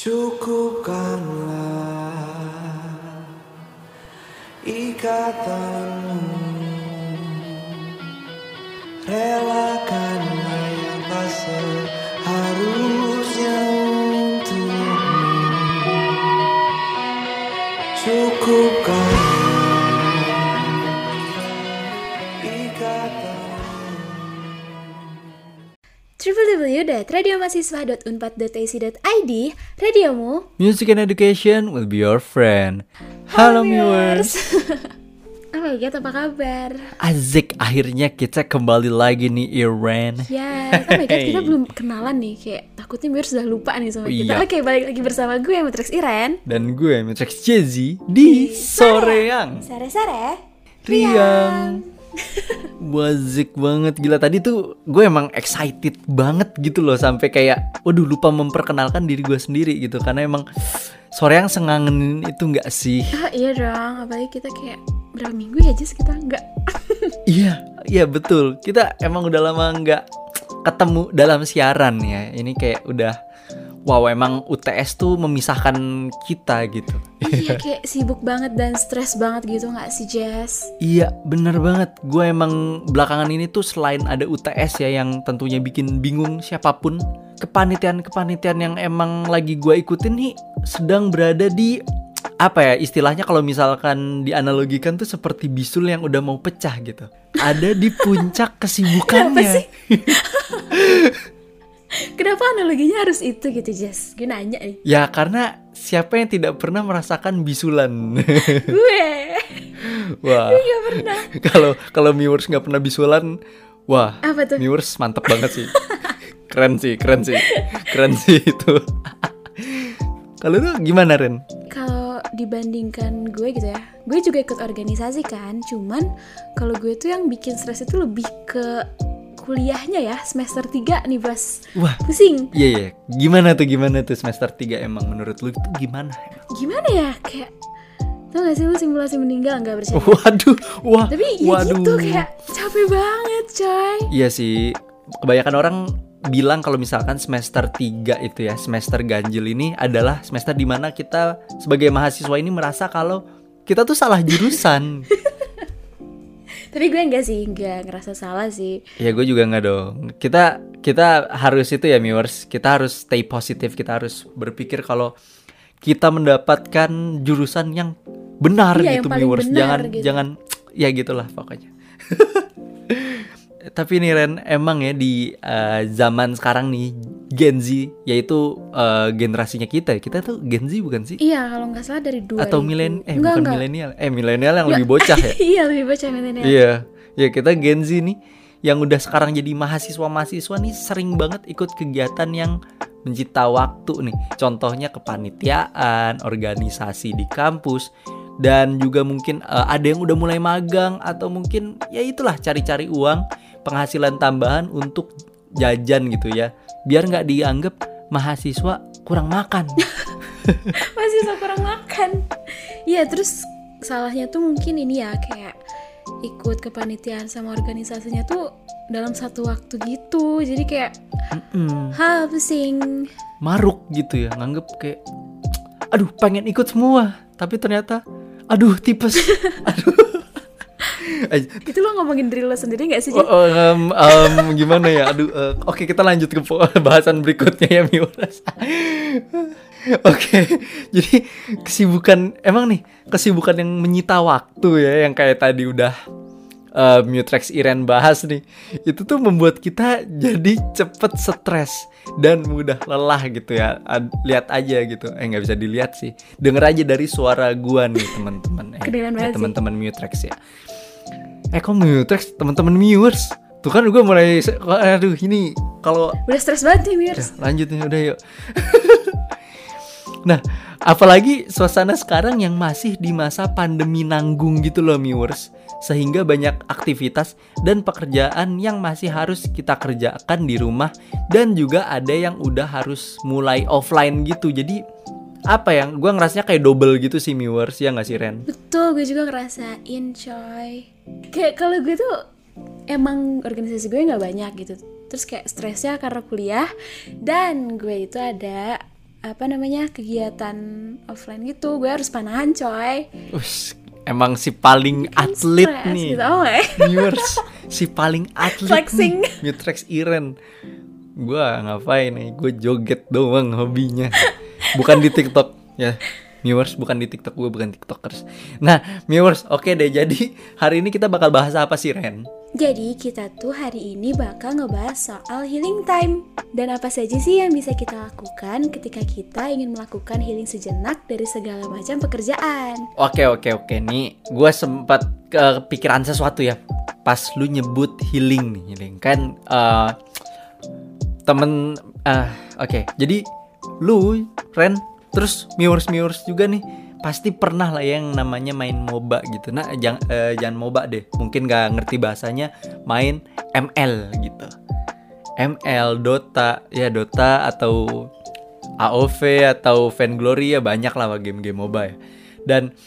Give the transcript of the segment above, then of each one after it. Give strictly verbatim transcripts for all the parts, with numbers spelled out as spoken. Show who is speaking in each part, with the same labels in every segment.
Speaker 1: Cukupkanlah ikatanmu, relakanlah yang tak seharusnya untukmu. Cukupkanlah ikatanmu.
Speaker 2: w w w dot radio mahasiswa dot unpad dot a c dot i d, radiomu,
Speaker 3: Music and education will be your friend. Halo viewers.
Speaker 2: Oh my god, apa kabar?
Speaker 3: Azik, akhirnya kita kembali lagi nih Iren.
Speaker 2: Ya, oh my god, kita belum kenalan nih. Kayak takutnya viewers sudah lupa nih sama
Speaker 3: Oh,
Speaker 2: kita.
Speaker 3: iya.
Speaker 2: Oke, balik lagi bersama gue, Matrix Iren.
Speaker 3: Dan gue Matrix Jezi di Soreang
Speaker 2: Sare-sare
Speaker 3: Riang. Wazik banget, gila. Tadi tuh gue emang excited banget gitu loh, sampai kayak waduh lupa memperkenalkan diri gue sendiri gitu. Karena emang Soreang sengangenin itu gak sih?
Speaker 2: Ah iya dong, apalagi kita kayak berapa minggu ya Jess kita nggak.
Speaker 3: Iya, iya betul. Kita emang udah lama nggak ketemu dalam siaran ya. Ini kayak udah, wow, emang U T S tuh memisahkan kita gitu.
Speaker 2: Iya, kayak sibuk banget dan stres banget gitu nggak sih Jess?
Speaker 3: Iya, bener banget. Gue emang belakangan ini tuh selain ada U T S ya yang tentunya bikin bingung siapapun, kepanitiaan-kepanitiaan yang emang lagi gue ikutin nih sedang berada di, apa ya istilahnya kalau misalkan dianalogikan tuh seperti bisul yang udah mau pecah gitu. Ada di puncak kesibukannya.
Speaker 2: Kenapa sih? Kenapa analoginya harus itu gitu Jess? Gue nanya nih.
Speaker 3: Ya karena siapa yang tidak pernah merasakan bisulan?
Speaker 2: Gue
Speaker 3: Wah.
Speaker 2: Gue gak pernah.
Speaker 3: Kalau kalau viewers nggak pernah bisulan, wah.
Speaker 2: Apa tuh?
Speaker 3: Viewers mantep banget sih. Keren sih, keren sih, keren sih itu. Kalau lu gimana Ren?
Speaker 2: Kalau dibandingkan gue gitu ya, gue juga ikut organisasi kan. Cuman kalau gue tuh yang bikin stres itu lebih ke kuliahnya ya, semester tiga nih bos.
Speaker 3: Wah.
Speaker 2: Pusing.
Speaker 3: Iya iya. Gimana tuh gimana tuh semester tiga emang menurut lu itu gimana?
Speaker 2: Gimana ya, kayak tau gak sih lu simulasi meninggal, gak bercanda.
Speaker 3: Waduh, wah.
Speaker 2: Tapi ya
Speaker 3: waduh.
Speaker 2: gitu, kayak capek banget coy.
Speaker 3: Iya sih. Kebanyakan orang bilang kalau misalkan semester tiga itu ya, semester ganjil ini adalah semester dimana kita sebagai mahasiswa ini merasa kalau kita tuh salah jurusan.
Speaker 2: Tapi gue enggak sih, enggak ngerasa salah sih.
Speaker 3: Ya gue juga enggak dong. Kita kita harus itu ya viewers, kita harus stay positif, kita harus berpikir kalau kita mendapatkan jurusan yang benar
Speaker 2: Iya,
Speaker 3: gitu
Speaker 2: yang paling
Speaker 3: viewers.
Speaker 2: benar,
Speaker 3: Jangan
Speaker 2: gitu.
Speaker 3: jangan ya gitulah pokoknya. Tapi nih Ren, emang ya di uh, zaman sekarang nih Gen Z, yaitu uh, generasinya kita, kita tuh Gen Z bukan sih?
Speaker 2: Iya, kalau nggak salah dari dua ribu.
Speaker 3: Atau milen, eh
Speaker 2: Enggak,
Speaker 3: bukan
Speaker 2: enggak.
Speaker 3: milenial, eh milenial yang
Speaker 2: Enggak.
Speaker 3: lebih bocah ya?
Speaker 2: Iya, lebih bocah milenial.
Speaker 3: Iya, ya kita Gen Z nih, yang udah sekarang jadi mahasiswa-mahasiswa nih sering banget ikut kegiatan yang mencita waktu nih. Contohnya kepanitiaan, organisasi di kampus, dan juga mungkin uh, ada yang udah mulai magang atau mungkin ya itulah cari-cari uang, penghasilan tambahan untuk jajan gitu ya, biar nggak dianggap mahasiswa kurang makan.
Speaker 2: Masih so kurang makan. Iya, terus salahnya tuh mungkin ini ya, kayak ikut kepanitiaan sama organisasinya tuh dalam satu waktu gitu. Jadi kayak
Speaker 3: Mm-mm.
Speaker 2: hal pusing.
Speaker 3: Maruk gitu ya, nganggep kayak aduh pengen ikut semua, tapi ternyata aduh tipes. Aduh.
Speaker 2: Itu lo ngomongin diri lo sendiri gak sih,
Speaker 3: Oh,
Speaker 2: Jen?
Speaker 3: oh, um, um, gimana ya? Aduh, uh, oke kita lanjut ke po- bahasan berikutnya ya viewers. Oke, jadi kesibukan emang nih kesibukan yang menyita waktu ya, yang kayak tadi udah uh, Matrix Iren bahas nih, itu tuh membuat kita jadi cepet stres dan mudah lelah gitu ya. Ad- lihat aja gitu, eh nggak bisa dilihat sih, denger aja dari suara gua nih teman-teman, eh,
Speaker 2: Kedengeran banget
Speaker 3: eh,
Speaker 2: sih.
Speaker 3: teman-teman Matrix ya. Eh kok Matrix teman-teman viewers? Tuh kan gue mulai, aduh ini kalau
Speaker 2: Udah stres banget nih, Mirs.
Speaker 3: udah, lanjut nih udah yuk. Nah, apalagi suasana sekarang yang masih di masa pandemi nanggung gitu loh viewers, sehingga banyak aktivitas dan pekerjaan yang masih harus kita kerjakan di rumah, dan juga ada yang udah harus mulai offline gitu. Jadi apa ya, gue ngerasanya kayak double gitu sih viewers, ya nggak sih Ren?
Speaker 2: Betul, gue juga ngerasain coy. Kayak kalau gue tuh emang organisasi gue nggak banyak gitu. Terus kayak stresnya karena kuliah, dan gue itu ada apa namanya kegiatan offline gitu, gue harus panahan coy.
Speaker 3: Ush, emang si paling
Speaker 2: Kan
Speaker 3: atlet
Speaker 2: stres
Speaker 3: nih.
Speaker 2: gitu, oh eh.
Speaker 3: Viewers, si paling atlet
Speaker 2: Flexing.
Speaker 3: nih, Mutrex Iren. Gua ngapain nih? Gue joget doang hobinya. Bukan di TikTok ya. Viewers, bukan di TikTok, gue bukan TikTokers. Nah, viewers, oke deh. Jadi hari ini kita bakal bahas apa sih, Ren?
Speaker 2: Jadi kita tuh hari ini bakal ngebahas soal healing time. Dan apa saja sih yang bisa kita lakukan ketika kita ingin melakukan healing sejenak dari segala macam pekerjaan.
Speaker 3: Oke, oke, oke. Nih, gue sempat kepikiran sesuatu ya. Pas lu nyebut healing nih, healing kan uh, temen. Uh, oke, jadi lu, Ren, terus viewers-viewers juga nih pasti pernah lah yang namanya main MOBA gitu. Nah, jangan uh, jangan MOBA deh. Mungkin gak ngerti bahasanya, main M L gitu. M L, Dota, ya Dota atau A O V atau Vainglory, ya banyak lah game-game MOBA ya. Dan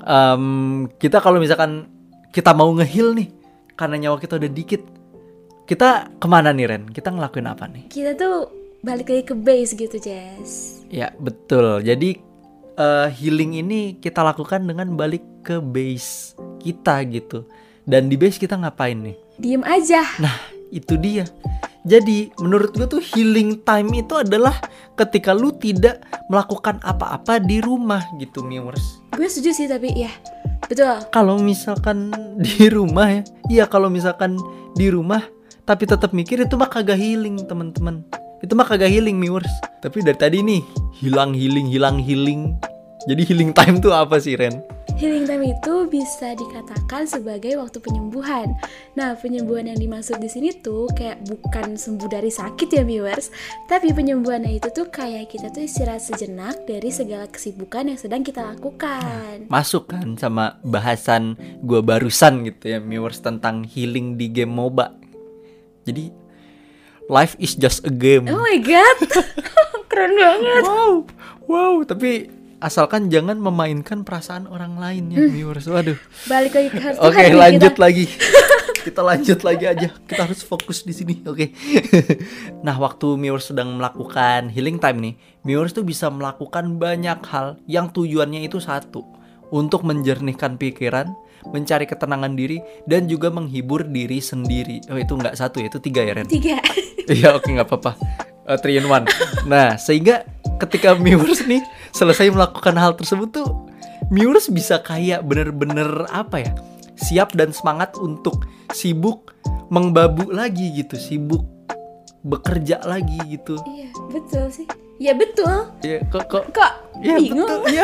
Speaker 3: um, kita kalau misalkan kita mau nge-heal nih karena nyawa kita udah dikit, kita kemana nih, Ren? Kita ngelakuin apa nih?
Speaker 2: Kita tuh balik lagi ke base gitu, Jess.
Speaker 3: Ya betul. Jadi uh, healing ini kita lakukan dengan balik ke base kita gitu. Dan di base kita ngapain nih?
Speaker 2: Diem aja.
Speaker 3: Nah itu dia. Jadi menurut gue tuh healing time itu adalah ketika lu tidak melakukan apa-apa di rumah gitu, viewers.
Speaker 2: Gue setuju sih, tapi ya betul.
Speaker 3: Kalau misalkan di rumah ya, iya kalau misalkan di rumah tapi tetap mikir, itu mah kagak healing teman-teman. Itu mah kagak healing, viewers. Tapi dari tadi nih hilang healing, hilang healing. Jadi healing time tuh apa sih, Ren?
Speaker 2: Healing time itu bisa dikatakan sebagai waktu penyembuhan. Nah, penyembuhan yang dimaksud di sini tuh kayak bukan sembuh dari sakit ya, viewers. Tapi penyembuhannya itu tuh kayak kita tuh istirahat sejenak dari segala kesibukan yang sedang kita lakukan.
Speaker 3: Masuk kan sama bahasan gua barusan gitu ya, viewers, tentang healing di game MOBA. Jadi life is just a game.
Speaker 2: Oh my god, keren banget.
Speaker 3: Wow, wow. Tapi asalkan jangan memainkan perasaan orang lain ya, viewers. Waduh.
Speaker 2: Balik lagi ke harus
Speaker 3: Oke, okay, lanjut kita. lagi. Kita lanjut lagi aja. Kita harus fokus di sini. Oke. Okay. Nah, waktu viewers sedang melakukan healing time nih, viewers tuh bisa melakukan banyak hal yang tujuannya itu satu, untuk menjernihkan pikiran, mencari ketenangan diri, dan juga menghibur diri sendiri. Oh, itu nggak satu ya, itu tiga ya, Ren?
Speaker 2: Tiga.
Speaker 3: Iya, oke, okay, nggak apa-apa. Uh, three in one. Nah, sehingga ketika viewers nih selesai melakukan hal tersebut tuh, viewers bisa kayak bener-bener apa ya, siap dan semangat untuk sibuk mengbabu lagi gitu, sibuk bekerja lagi gitu.
Speaker 2: Iya, betul sih. Ya betul.
Speaker 3: Iya, kok kok.
Speaker 2: Kok
Speaker 3: Ya,
Speaker 2: bingung?
Speaker 3: betul. Iya.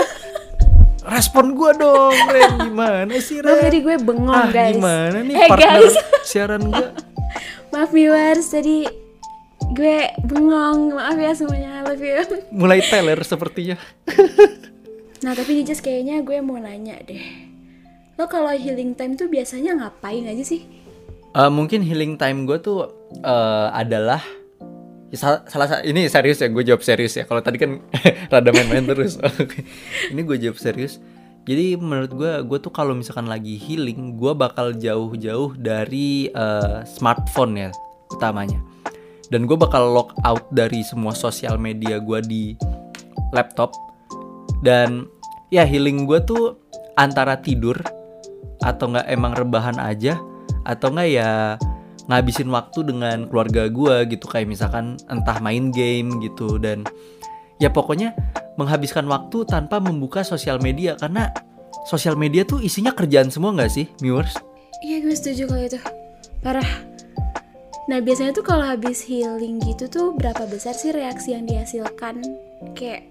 Speaker 3: Respon gue dong, Ren. Gimana sih, Ren?
Speaker 2: Maaf tadi gue bengong,
Speaker 3: ah,
Speaker 2: guys.
Speaker 3: gimana nih
Speaker 2: Eh,
Speaker 3: partner
Speaker 2: guys.
Speaker 3: siaran gue?
Speaker 2: Maaf viewers, tadi gue bengong. Maaf ya semuanya, I love you.
Speaker 3: Mulai teler sepertinya.
Speaker 2: Nah, tapi nih Jess, kayaknya gue mau nanya deh. Lo kalau healing time tuh biasanya ngapain aja sih?
Speaker 3: Uh, mungkin healing time gue tuh uh, adalah salah, salah ini serius ya, gue jawab serius ya. Kalau tadi kan rada main-main terus. Ini gue jawab serius. Jadi menurut gue, gue tuh kalau misalkan lagi healing, gue bakal jauh-jauh dari uh, smartphone ya utamanya. Dan gue bakal log out dari semua sosial media gue di laptop. Dan ya healing gue tuh antara tidur atau nggak emang rebahan aja, atau nggak ya ngabisin waktu dengan keluarga gue gitu, kayak misalkan entah main game gitu. Dan ya pokoknya menghabiskan waktu tanpa membuka sosial media, karena sosial media tuh isinya kerjaan semua nggak sih, viewers?
Speaker 2: Iya, gue setuju kalau itu. Parah. Nah, biasanya tuh kalau habis healing gitu tuh berapa besar sih reaksi yang dihasilkan? Kayak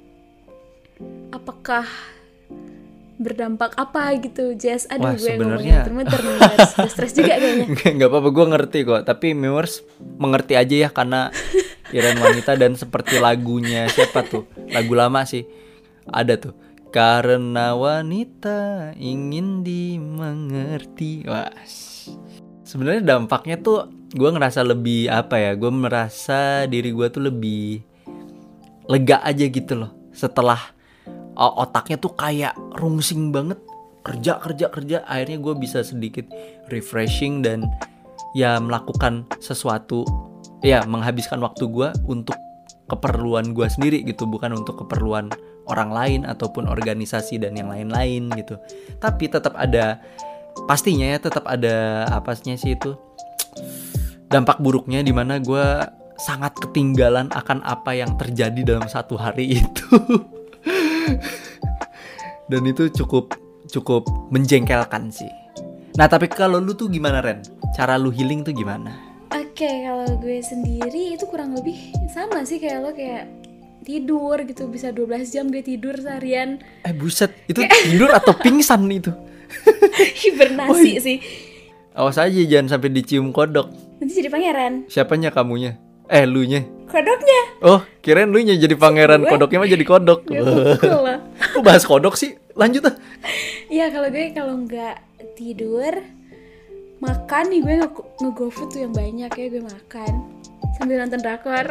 Speaker 2: apakah berdampak apa gitu, Jess? Aduh,
Speaker 3: Wah,
Speaker 2: gue
Speaker 3: sebenarnya
Speaker 2: ngomongnya muter-muter nih, guys. Udah stres juga kayaknya.
Speaker 3: Nggak apa-apa, gue ngerti kok. Tapi viewers mengerti aja ya, karena Iren wanita. Dan seperti lagunya siapa tuh? Lagu lama sih. Ada tuh. Karena wanita ingin dimengerti. Wah. Sebenarnya dampaknya tuh gue ngerasa lebih apa ya? Gue merasa diri gue tuh lebih lega aja gitu loh. Setelah otaknya tuh kayak rungsing banget, kerja kerja kerja, akhirnya gue bisa sedikit refreshing dan ya melakukan sesuatu, ya menghabiskan waktu gue untuk keperluan gue sendiri gitu, bukan untuk keperluan orang lain ataupun organisasi dan yang lain-lain gitu. Tapi tetap ada, pastinya ya tetap ada apasnya sih itu, dampak buruknya, dimana gue sangat ketinggalan akan apa yang terjadi dalam satu hari itu. Dan itu cukup cukup menjengkelkan sih. Nah tapi kalau lu tuh gimana Ren? Cara lu healing tuh gimana?
Speaker 2: Oke, kalau gue sendiri itu kurang lebih sama sih kayak lo, kayak tidur gitu, bisa dua belas jam gue tidur seharian.
Speaker 3: Eh buset, itu tidur atau pingsan itu?
Speaker 2: Hibernasi
Speaker 3: Woy.
Speaker 2: sih.
Speaker 3: Awas aja jangan sampai dicium kodok.
Speaker 2: Nanti jadi pangeran.
Speaker 3: Siapanya kamunya? Eh lunya.
Speaker 2: Kodoknya.
Speaker 3: Oh kirain lunya jadi pangeran,
Speaker 2: Gue?
Speaker 3: kodoknya mah jadi kodok.
Speaker 2: Gue pukul lah.
Speaker 3: Kok bahas kodok sih? Lanjut ah.
Speaker 2: Iya, kalau gue kalau nggak tidur, makan nih, gue nge- nge-GoFood tuh yang banyak ya, gue makan sambil nonton drakor.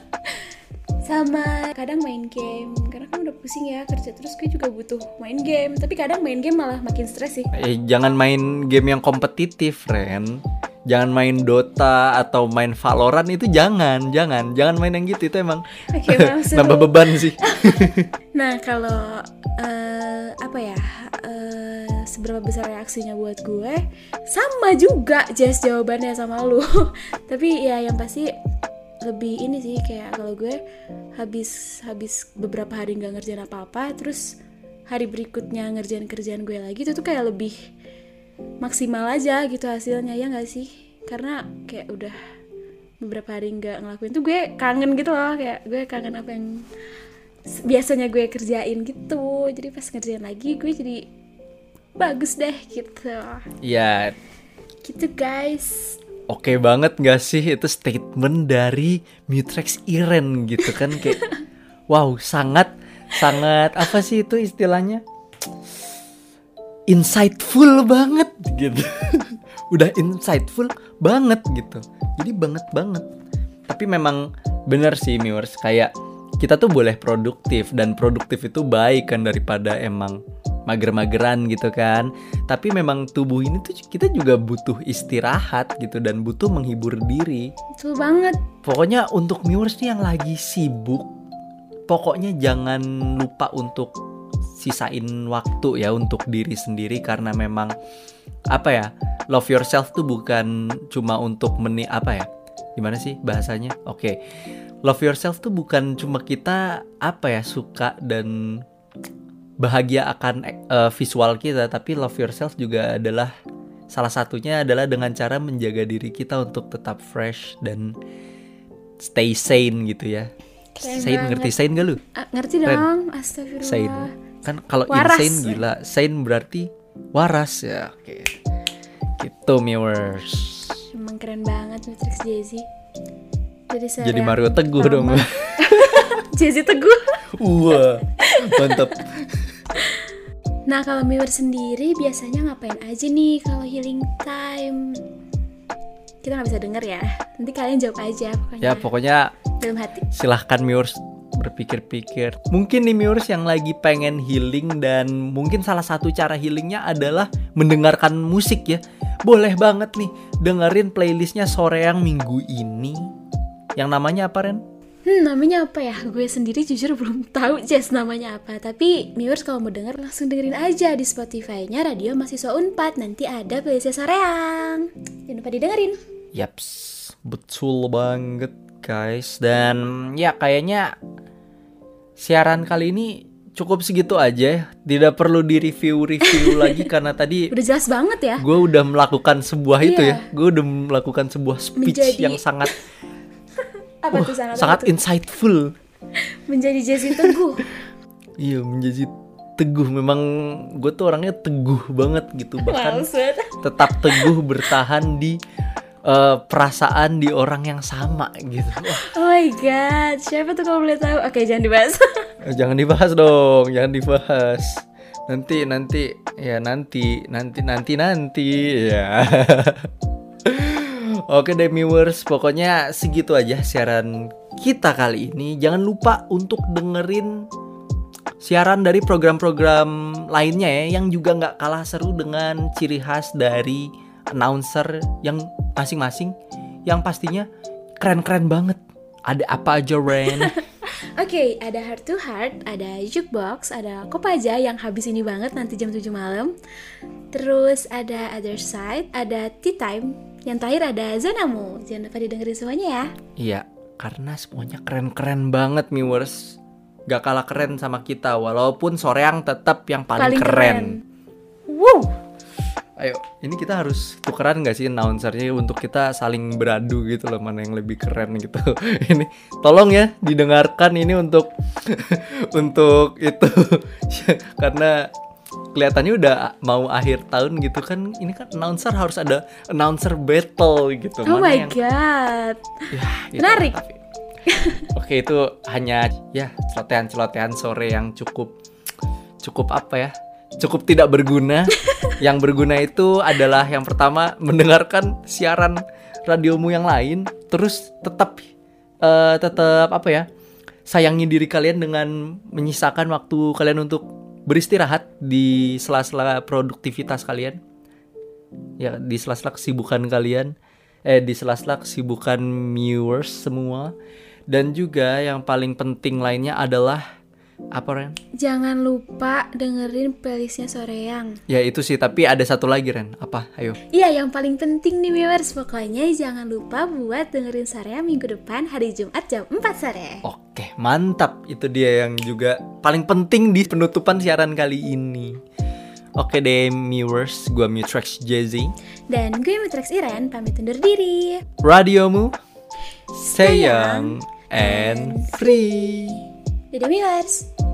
Speaker 2: Sama kadang main game, karena kan udah pusing ya kerja terus, gue juga butuh main game. Tapi kadang main game malah makin stres sih.
Speaker 3: Eh, jangan main game yang kompetitif, Ren. Jangan main Dota atau main Valorant, itu jangan, jangan, jangan main yang gitu, itu emang
Speaker 2: Oke, maksud
Speaker 3: nambah beban sih.
Speaker 2: Nah kalau uh, apa ya, uh, seberapa besar reaksinya buat gue, sama juga Jess jawabannya sama lu. Tapi ya yang pasti lebih ini sih, kayak kalau gue habis habis beberapa hari nggak ngerjain apa-apa, terus hari berikutnya ngerjain kerjaan gue lagi, itu tuh kayak lebih maksimal aja gitu hasilnya, ya nggak sih? Karena kayak udah beberapa hari nggak ngelakuin tuh gue kangen gitu loh, kayak gue kangen apa yang biasanya gue kerjain gitu. Jadi pas ngerjain lagi gue jadi bagus deh gitu.
Speaker 3: Ya,
Speaker 2: Gitu guys.
Speaker 3: oke banget gak sih itu statement dari Mutrex Iren gitu kan, kayak wow, sangat sangat apa sih itu istilahnya, insightful banget gitu. Udah insightful banget gitu, jadi banget banget. Tapi memang bener sih viewers, kayak kita tuh boleh produktif, dan produktif itu baik kan daripada emang mager-mageran gitu kan. Tapi memang tubuh ini tuh kita juga butuh istirahat gitu, dan butuh menghibur diri.
Speaker 2: Betul banget.
Speaker 3: Pokoknya untuk viewers nih yang lagi sibuk, pokoknya jangan lupa untuk sisain waktu ya untuk diri sendiri, karena memang apa ya, love yourself tuh bukan cuma untuk meni apa ya, gimana sih bahasanya? Oke, love yourself tuh bukan cuma kita apa ya, suka dan bahagia akan uh, visual kita, tapi love yourself juga adalah salah satunya adalah dengan cara menjaga diri kita untuk tetap fresh dan stay sane gitu ya.
Speaker 2: Keren
Speaker 3: Sane,
Speaker 2: banget.
Speaker 3: ngerti sane gak lu?
Speaker 2: Ah, ngerti
Speaker 3: Ren.
Speaker 2: dong, astagfirullah.
Speaker 3: Sane. Kan kalau
Speaker 2: Waras.
Speaker 3: insane gila, sane berarti waras ya. Oke. Gitu viewers.
Speaker 2: Emang keren banget Matrix Jay-Z. Jadi saya
Speaker 3: Jadi Mario Teguh dong.
Speaker 2: Jay-Z Teguh.
Speaker 3: Wah, mantap.
Speaker 2: Nah kalau Miwer sendiri biasanya ngapain aja nih kalau healing time? Kita nggak bisa denger ya. Nanti kalian jawab aja pokoknya.
Speaker 3: Ya pokoknya
Speaker 2: Dalam hati.
Speaker 3: silahkan viewers berpikir-pikir. Mungkin nih viewers yang lagi pengen healing, dan mungkin salah satu cara healingnya adalah mendengarkan musik ya. Boleh banget nih dengerin playlistnya Soreang minggu ini. Yang namanya apa, Ren?
Speaker 2: Hmm, namanya apa ya? Gue sendiri jujur belum tahu Jess namanya apa. Tapi viewers kalau mau denger langsung dengerin aja di Spotify-nya Radio Mahasiswa Unpad. Nanti ada playlistnya Soreang. Jangan lupa didengerin.
Speaker 3: Yaps, betul banget guys. Dan ya kayaknya siaran kali ini cukup segitu aja. Tidak perlu di-review-review lagi karena tadi
Speaker 2: Udah jelas banget ya.
Speaker 3: gue udah melakukan sebuah itu
Speaker 2: Iya.
Speaker 3: ya. Gue udah melakukan sebuah speech
Speaker 2: Menjadi-
Speaker 3: yang sangat
Speaker 2: Apa
Speaker 3: wah,
Speaker 2: tuh sangat,
Speaker 3: sangat
Speaker 2: apa tuh?
Speaker 3: insightful.
Speaker 2: Menjadi Jesse Teguh.
Speaker 3: Iya, menjadi teguh. Memang gue tuh orangnya teguh banget gitu. Bahkan
Speaker 2: Males banget.
Speaker 3: tetap teguh bertahan di eh, perasaan di orang yang sama gitu. Wah,
Speaker 2: Oh my god, siapa tuh kalau boleh tahu? Oke, jangan dibahas.
Speaker 3: eh, jangan dibahas dong, jangan dibahas. Nanti nanti ya nanti nanti nanti nanti ya. Oke deh viewers, pokoknya segitu aja siaran kita kali ini. Jangan lupa untuk dengerin siaran dari program-program lainnya ya, yang juga nggak kalah seru dengan ciri khas dari announcer yang masing-masing, yang pastinya keren-keren banget Ada apa aja, Ren?
Speaker 2: Oke, ada Heart to Heart, ada Jukebox, ada Kopaja yang habis ini banget nanti jam tujuh malam. Terus ada Other Side, ada Tea Time, yang terakhir ada Zonamu. Jangan lupa didengerin semuanya ya.
Speaker 3: Iya, karena semuanya keren-keren banget, viewers. Gak kalah keren sama kita, walaupun Soreang tetap yang paling,
Speaker 2: Paling
Speaker 3: keren.
Speaker 2: keren. Wow.
Speaker 3: Ayo, ini kita harus tukeran gak sih announcernya untuk kita saling beradu gitu loh, mana yang lebih keren gitu. Ini tolong ya didengarkan ini untuk untuk itu karena kelihatannya udah mau akhir tahun gitu kan. Ini kan announcer harus ada announcer battle gitu.
Speaker 2: Oh
Speaker 3: Mana
Speaker 2: my
Speaker 3: yang-
Speaker 2: god.
Speaker 3: Ya, itu
Speaker 2: Menarik.
Speaker 3: tapi- Oke, itu hanya ya celotehan-celotehan sore yang cukup cukup apa ya? Cukup tidak berguna. Yang berguna itu adalah yang pertama mendengarkan siaran radiomu yang lain, terus tetap eh, tetap apa ya? Sayangi diri kalian dengan menyisakan waktu kalian untuk beristirahat di sela-sela produktivitas kalian. Ya, di sela-sela kesibukan kalian, eh di sela-sela kesibukan viewers semua. Dan juga yang paling penting lainnya adalah apa, Ren?
Speaker 2: Jangan lupa dengerin playlistnya Soreang.
Speaker 3: Ya itu sih, tapi ada satu lagi, Ren. Apa? Ayo.
Speaker 2: Iya, yang paling penting nih viewers, pokoknya jangan lupa buat dengerin Soreang minggu depan hari Jumat jam empat sore.
Speaker 3: Oke, mantap. Itu dia yang juga paling penting di penutupan siaran kali ini. Oke deh, viewers, gua Mutrex Jazzy.
Speaker 2: Dan gue Matrix Iren, pamit undur diri.
Speaker 3: Radiomu, stay young and free.
Speaker 2: Dadah viewers.